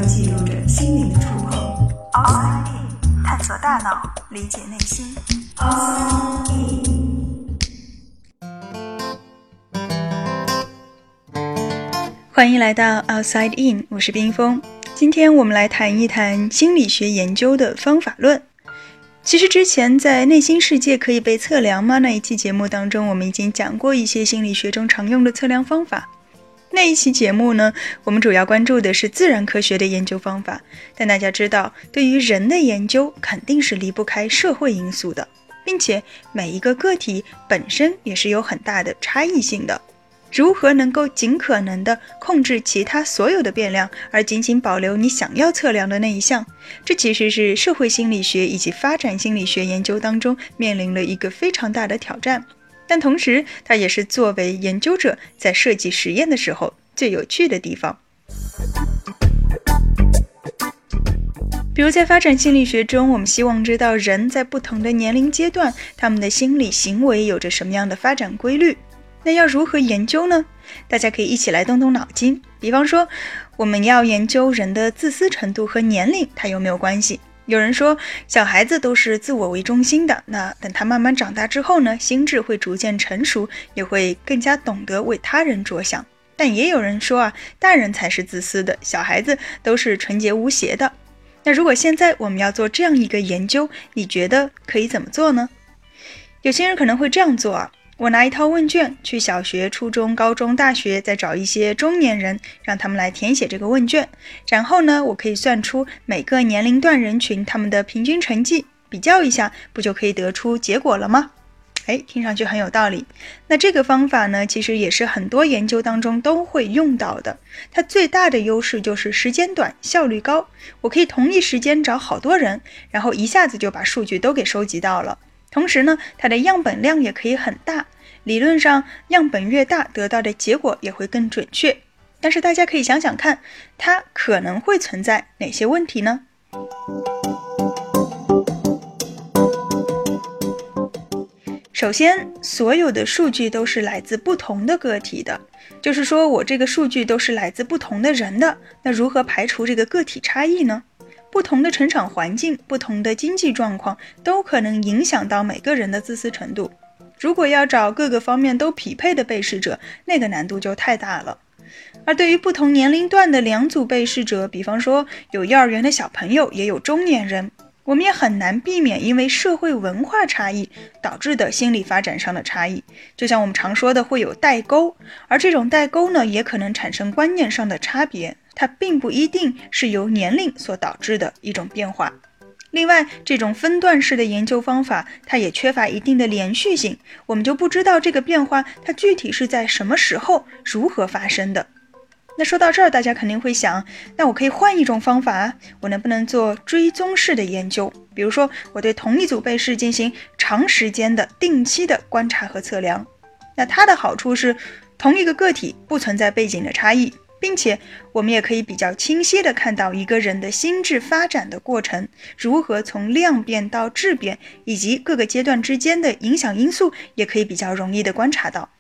记录着心灵的触碰。Outside In， 探索大脑，理解内心。Outside In。欢迎来到 Outside In， 我是冰峰。今天我们来谈一谈心理学研究的方法论。其实之前在内心世界可以被测量吗？那一期节目当中，我们已经讲过一些心理学中常用的测量方法。那一期节目呢，我们主要关注的是自然科学的研究方法，但大家知道，对于人的研究肯定是离不开社会因素的，并且每一个个体本身也是有很大的差异性的。如何能够尽可能的控制其他所有的变量，而仅仅保留你想要测量的那一项，这其实是社会心理学以及发展心理学研究当中面临了一个非常大的挑战。但同时它也是作为研究者在设计实验的时候最有趣的地方。比如在发展心理学中，我们希望知道人在不同的年龄阶段，他们的心理行为有着什么样的发展规律。那要如何研究呢？大家可以一起来动动脑筋。比方说，我们要研究人的自私程度和年龄它有没有关系。有人说小孩子都是自我为中心的，那等他慢慢长大之后呢，心智会逐渐成熟，也会更加懂得为他人着想。但也有人说大人才是自私的，小孩子都是纯洁无邪的。那如果现在我们要做这样一个研究，你觉得可以怎么做呢？有些人可能会这样做我拿一套问卷去小学、初中、高中、大学，再找一些中年人，让他们来填写这个问卷。然后呢，我可以算出每个年龄段人群他们的平均成绩，比较一下，不就可以得出结果了吗？听上去很有道理。那这个方法呢，其实也是很多研究当中都会用到的。它最大的优势就是时间短，效率高。我可以同一时间找好多人，然后一下子就把数据都给收集到了。同时呢，它的样本量也可以很大，理论上样本越大，得到的结果也会更准确。但是大家可以想想看，它可能会存在哪些问题呢？首先，所有的数据都是来自不同的个体的，就是说我这个数据都是来自不同的人的，那如何排除这个个体差异呢？不同的成长环境、不同的经济状况都可能影响到每个人的自私程度。如果要找各个方面都匹配的被试者，那个难度就太大了。而对于不同年龄段的两组被试者，比方说有幼儿园的小朋友，也有中年人，我们也很难避免因为社会文化差异导致的心理发展上的差异。就像我们常说的会有代沟，而这种代沟呢，也可能产生观念上的差别，它并不一定是由年龄所导致的一种变化。另外，这种分段式的研究方法，它也缺乏一定的连续性，我们就不知道这个变化它具体是在什么时候如何发生的。那说到这儿，大家肯定会想，那我可以换一种方法我能不能做追踪式的研究？比如说，我对同一组被试进行长时间的定期的观察和测量。那它的好处是，同一个个体不存在背景的差异，并且我们也可以比较清晰地看到一个人的心智发展的过程，如何从量变到质变，以及各个阶段之间的影响因素也可以比较容易地观察到。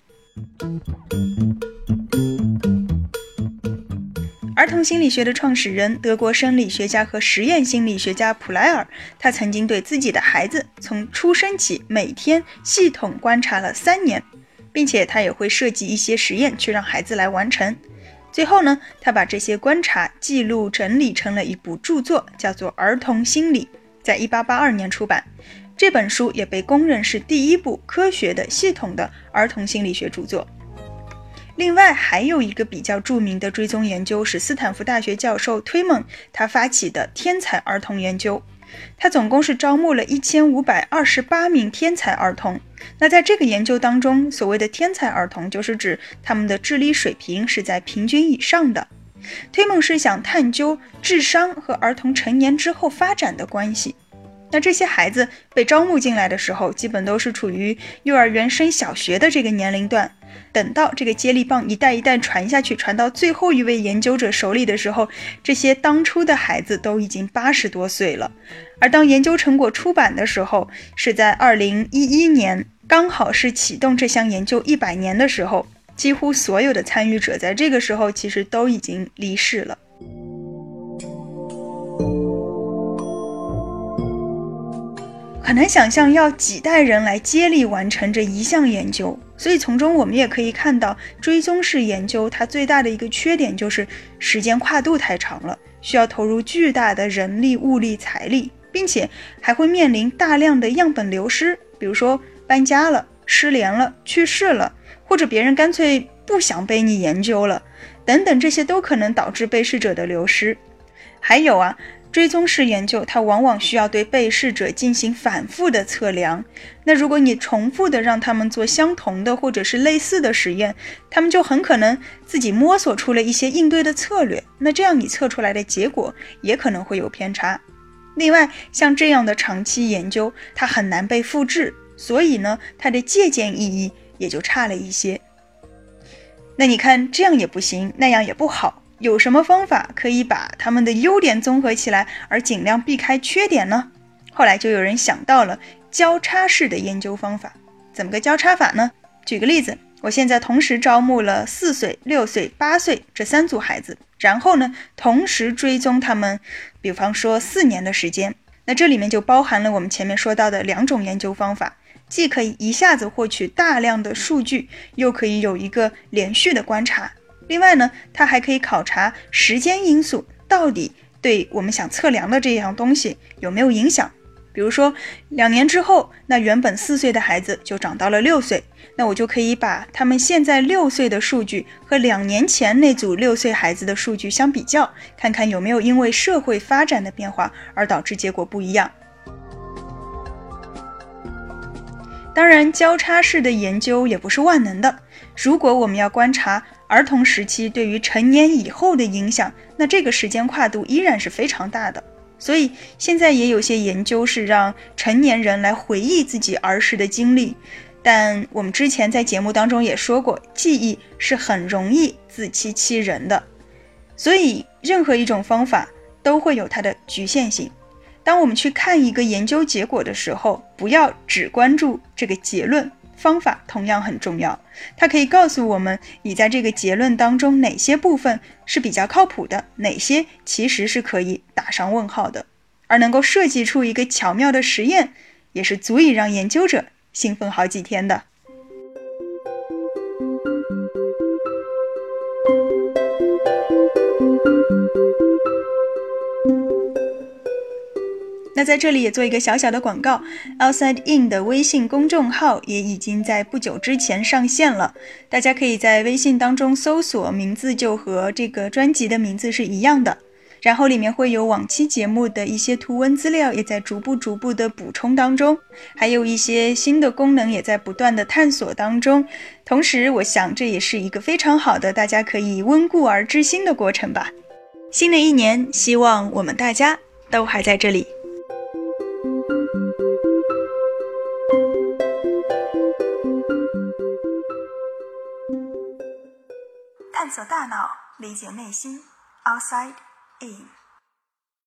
儿童心理学的创始人，德国生理学家和实验心理学家普莱尔，他曾经对自己的孩子从出生起每天系统观察了3年，并且他也会设计一些实验去让孩子来完成。最后呢，他把这些观察记录整理成了一部著作，叫做《儿童心理》，在1882年出版。这本书也被公认是第一部科学的系统的儿童心理学著作。另外还有一个比较著名的追踪研究是斯坦福大学教授推蒙他发起的天才儿童研究。他总共是招募了1528名天才儿童。那在这个研究当中，所谓的天才儿童就是指他们的智力水平是在平均以上的。推蒙是想探究智商和儿童成年之后发展的关系。那这些孩子被招募进来的时候，基本都是处于幼儿园升小学的这个年龄段。等到这个接力棒一代一代传下去，传到最后一位研究者手里的时候，这些当初的孩子都已经80多岁了。而当研究成果出版的时候，是在2011年，刚好是启动这项研究100年的时候，几乎所有的参与者在这个时候其实都已经离世了。 很难想象要几代人来接力完成这一项研究，所以从中我们也可以看到，追踪式研究它最大的一个缺点就是时间跨度太长了，需要投入巨大的人力、物力、财力，并且还会面临大量的样本流失，比如说搬家了、失联了、去世了，或者别人干脆不想被你研究了，等等，这些都可能导致被试者的流失。还有啊，追踪式研究它往往需要对被试者进行反复的测量，那如果你重复的让他们做相同的或者是类似的实验，他们就很可能自己摸索出了一些应对的策略，那这样你测出来的结果也可能会有偏差。另外，像这样的长期研究它很难被复制，所以呢，它的借鉴意义也就差了一些。那你看，这样也不行，那样也不好，有什么方法可以把它们的优点综合起来，而尽量避开缺点呢？后来就有人想到了交叉式的研究方法。怎么个交叉法呢？举个例子，我现在同时招募了4岁、6岁、8岁这3组孩子，然后呢，同时追踪他们，比方说4年的时间。那这里面就包含了我们前面说到的2种研究方法，既可以一下子获取大量的数据，又可以有一个连续的观察。另外呢，它还可以考察时间因素到底对我们想测量的这样东西有没有影响。比如说2年之后，那原本4岁的孩子就长到了6岁，那我就可以把他们现在6岁的数据和2年前那组6岁孩子的数据相比较，看看有没有因为社会发展的变化而导致结果不一样。当然，交叉式的研究也不是万能的，如果我们要观察儿童时期对于成年以后的影响，那这个时间跨度依然是非常大的。所以现在也有些研究是让成年人来回忆自己儿时的经历，但我们之前在节目当中也说过，记忆是很容易自欺欺人的，所以任何一种方法都会有它的局限性。当我们去看一个研究结果的时候，不要只关注这个结论，方法同样很重要。它可以告诉我们你在这个结论当中哪些部分是比较靠谱的，哪些其实是可以打上问号的。而能够设计出一个巧妙的实验，也是足以让研究者兴奋好几天的。那在这里也做一个小小的广告， Outside In 的微信公众号也已经在不久之前上线了，大家可以在微信当中搜索，名字就和这个专辑的名字是一样的，然后里面会有往期节目的一些图文资料，也在逐步的补充当中，还有一些新的功能也在不断的探索当中。同时我想这也是一个非常好的大家可以温故而知新的过程吧。新的一年，希望我们大家都还在这里。探索大脑，理解内心 ，Outside In。